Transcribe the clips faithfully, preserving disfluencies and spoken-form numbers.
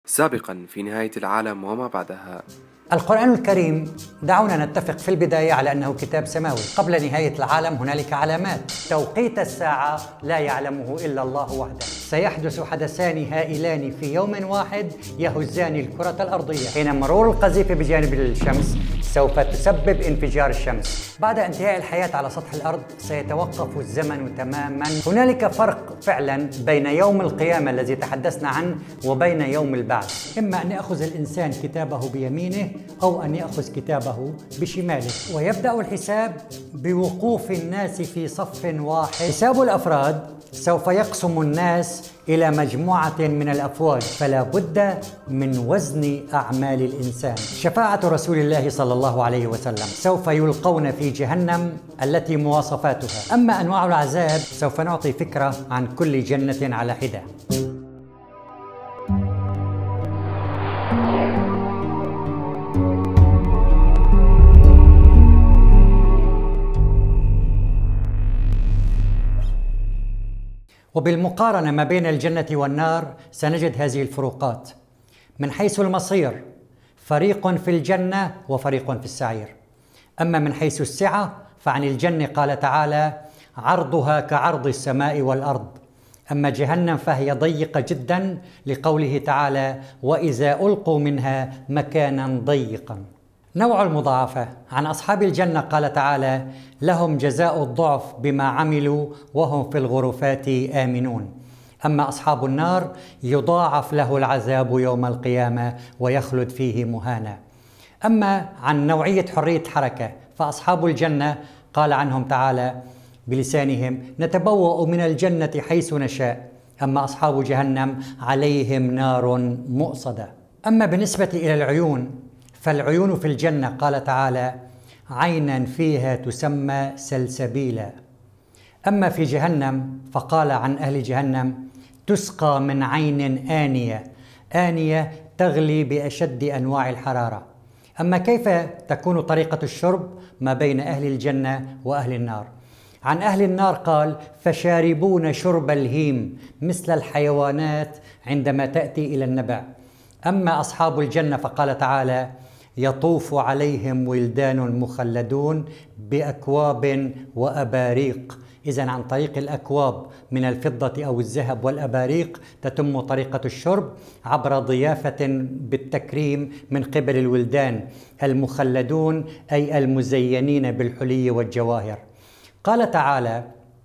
سابقا في نهاية العالم وما بعدها. القرآن الكريم دعونا نتفق في البداية على أنه كتاب سماوي. قبل نهاية العالم هنالك علامات. توقيت الساعة لا يعلمه إلا الله وحده. سيحدث حدثان هائلان في يوم واحد يهزان الكرة الأرضية. حين مرور القذيفة بجانب الشمس سوف تسبب انفجار الشمس. بعد انتهاء الحياة على سطح الأرض سيتوقف الزمن تماما. هنالك فرق فعلا بين يوم القيامة الذي تحدثنا عنه وبين يوم البعث. إما أن يأخذ الإنسان كتابه بيمينه أو أن يأخذ كتابه بشماله، ويبدأ الحساب بوقوف الناس في صف واحد. حساب الأفراد سوف يقسم الناس إلى مجموعة من الأفواج، فلا بد من وزن أعمال الإنسان. شفاعة رسول الله صلى الله عليه وسلم، سوف يلقون في جهنم التي مواصفاتها. أما أنواع العذاب سوف نعطي فكرة عن كل جنة على حدة. وبالمقارنة ما بين الجنة والنار سنجد هذه الفروقات. من حيث المصير فريق في الجنة وفريق في السعير. أما من حيث السعة فعن الجنة قال تعالى: عرضها كعرض السماء والأرض. أما جهنم فهي ضيقة جدا لقوله تعالى: وإذا ألقوا منها مكانا ضيقا. نوع المضاعفة: عن أصحاب الجنة قال تعالى: لهم جزاء الضعف بما عملوا وهم في الغرفات آمنون. أما أصحاب النار يضاعف له العذاب يوم القيامة ويخلد فيه مهانا. أما عن نوعية حرية حركة فأصحاب الجنة قال عنهم تعالى بلسانهم: نتبوأ من الجنة حيث نشاء. أما أصحاب جهنم عليهم نار مؤصدة. أما بالنسبة إلى العيون فالعيون في الجنة قال تعالى: عينا فيها تسمى سلسبيلا. أما في جهنم فقال عن أهل جهنم: تسقى من عين آنية. آنية تغلي بأشد أنواع الحرارة. أما كيف تكون طريقة الشرب ما بين أهل الجنة وأهل النار؟ عن أهل النار قال: فشاربون شرب الهيم مثل الحيوانات عندما تأتي إلى النبع. أما أصحاب الجنة فقال تعالى: يطوف عليهم ولدان مخلدون بأكواب وأباريق. إذن عن طريق الأكواب من الفضة أو الذهب والأباريق تتم طريقة الشرب عبر ضيافة بالتكريم من قبل الولدان المخلدون أي المزينين بالحلي والجواهر. قال تعالى: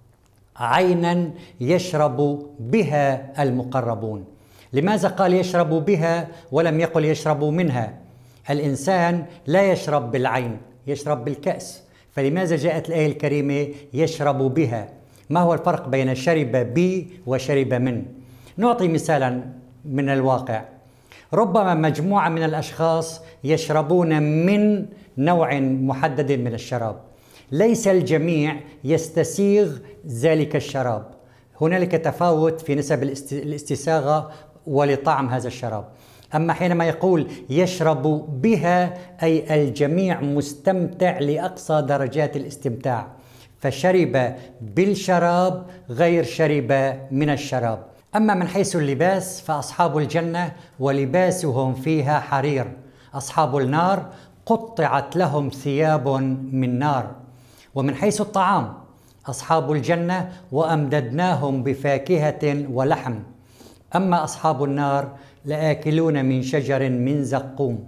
عينا يشرب بها المقربون. لماذا قال يشرب بها ولم يقل يشرب منها؟ الإنسان لا يشرب بالعين، يشرب بالكأس، فلماذا جاءت الآية الكريمة يشرب بها؟ ما هو الفرق بين شرب بي وشرب من؟ نعطي مثالا من الواقع. ربما مجموعة من الأشخاص يشربون من نوع محدد من الشراب، ليس الجميع يستسيغ ذلك الشراب. هنالك تفاوت في نسب الاستساغة ولطعم هذا الشراب. أما حينما يقول يشرب بها أي الجميع مستمتع لأقصى درجات الاستمتاع، فشرب بالشراب غير شرب من الشراب. أما من حيث اللباس فأصحاب الجنة ولباسهم فيها حرير. أصحاب النار قطعت لهم ثياب من نار. ومن حيث الطعام أصحاب الجنة وأمددناهم بفاكهة ولحم. أما أصحاب النار لآكلون من شجر من زقوم.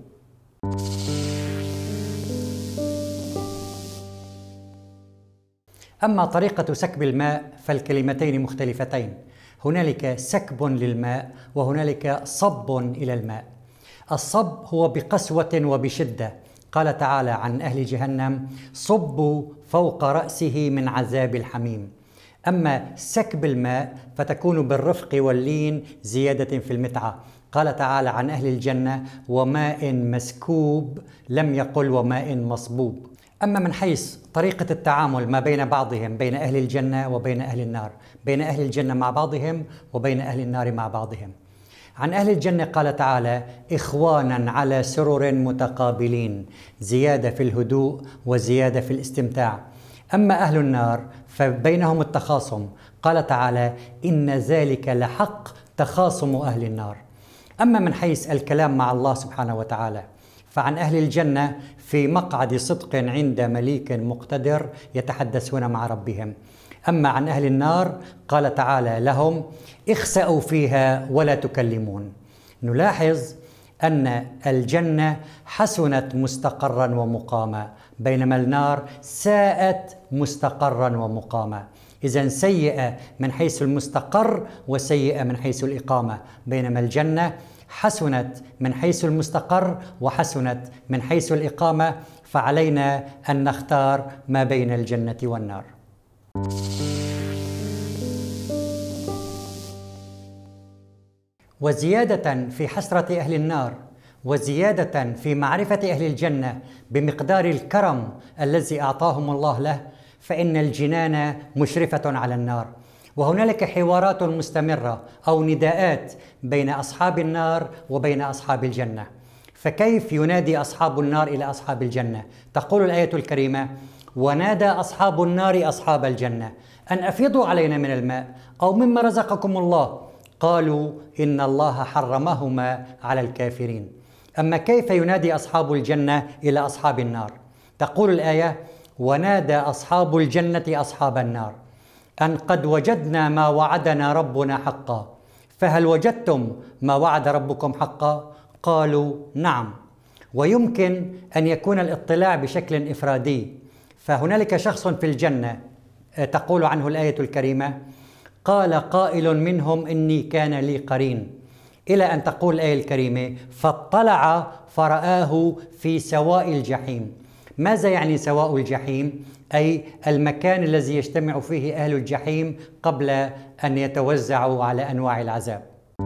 أما طريقة سكب الماء فالكلمتين مختلفتين. هنالك سكب للماء وهنالك صب إلى الماء. الصب هو بقسوة وبشدة. قال تعالى عن أهل جهنم: صبوا فوق رأسه من عذاب الحميم. أما سكب الماء فتكون بالرفق واللين زيادة في المتعة. قال تعالى عن أهل الجنة: وماء مسكوب، لم يقل وماء مصبوب. أما من حيث طريقة التعامل ما بين بعضهم، بين أهل الجنة وبين أهل النار، بين أهل الجنة مع بعضهم وبين أهل النار مع بعضهم. عن أهل الجنة قال تعالى: إخوانا على سرر متقابلين، زيادة في الهدوء وزيادة في الاستمتاع. أما أهل النار فبينهم التخاصم. قال تعالى: إن ذلك لحق تخاصم أهل النار. أما من حيث الكلام مع الله سبحانه وتعالى فعن أهل الجنة في مقعد صدق عند مليك مقتدر يتحدثون مع ربهم. أما عن أهل النار قال تعالى لهم اخسأوا فيها ولا تكلمون. نلاحظ أن الجنة حسنت مستقرا ومقاما بينما النار ساءت مستقرا ومقاما. إذن سيئة من حيث المستقر وسيئة من حيث الإقامة، بينما الجنة حسنت من حيث المستقر وحسنت من حيث الإقامة، فعلينا أن نختار ما بين الجنة والنار. وزيادة في حسرة أهل النار وزيادة في معرفة أهل الجنة بمقدار الكرم الذي أعطاهم الله له، فإن الجنان مشرفة على النار، وهنالك حوارات مستمرة أو نداءات بين أصحاب النار وبين أصحاب الجنة. فكيف ينادي أصحاب النار إلى أصحاب الجنة؟ تقول الآية الكريمة: ونادى أصحاب النار أصحاب الجنة أن أفيضوا علينا من الماء أو مما رزقكم الله، قالوا إن الله حرمهما على الكافرين. أما كيف ينادي أصحاب الجنة إلى أصحاب النار؟ تقول الآية: ونادى أصحاب الجنة أصحاب النار أن قد وجدنا ما وعدنا ربنا حقا، فهل وجدتم ما وعد ربكم حقا؟ قالوا نعم. ويمكن أن يكون الاطلاع بشكل إفرادي، فهنالك شخص في الجنة تقول عنه الآية الكريمة: قال قائل منهم إني كان لي قرين، إلى أن تقول الآية الكريمة: فاطلع فرآه في سواء الجحيم. ماذا يعني سواء الجحيم؟ أي المكان الذي يجتمع فيه أهل الجحيم قبل أن يتوزعوا على أنواع العذاب.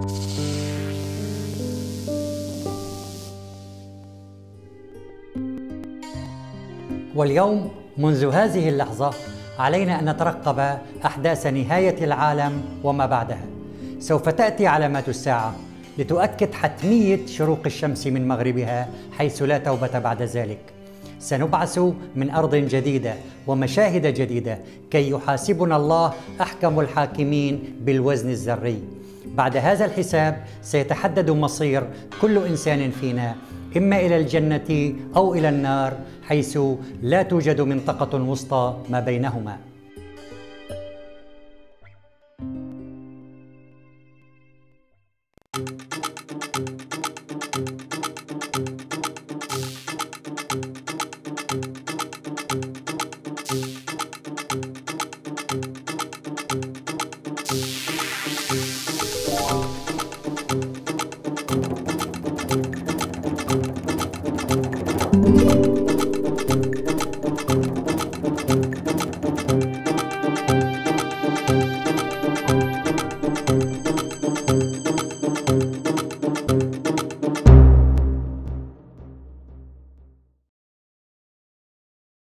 واليوم منذ هذه اللحظة علينا أن نترقب أحداث نهاية العالم وما بعدها. سوف تأتي علامات الساعة لتؤكد حتمية شروق الشمس من مغربها، حيث لا توبة بعد ذلك. سنبعث من أرض جديدة ومشاهد جديدة كي يحاسبنا الله أحكم الحاكمين بالوزن الذري. بعد هذا الحساب سيتحدد مصير كل إنسان فينا، إما إلى الجنة أو إلى النار، حيث لا توجد منطقة وسطى ما بينهما. Thank you.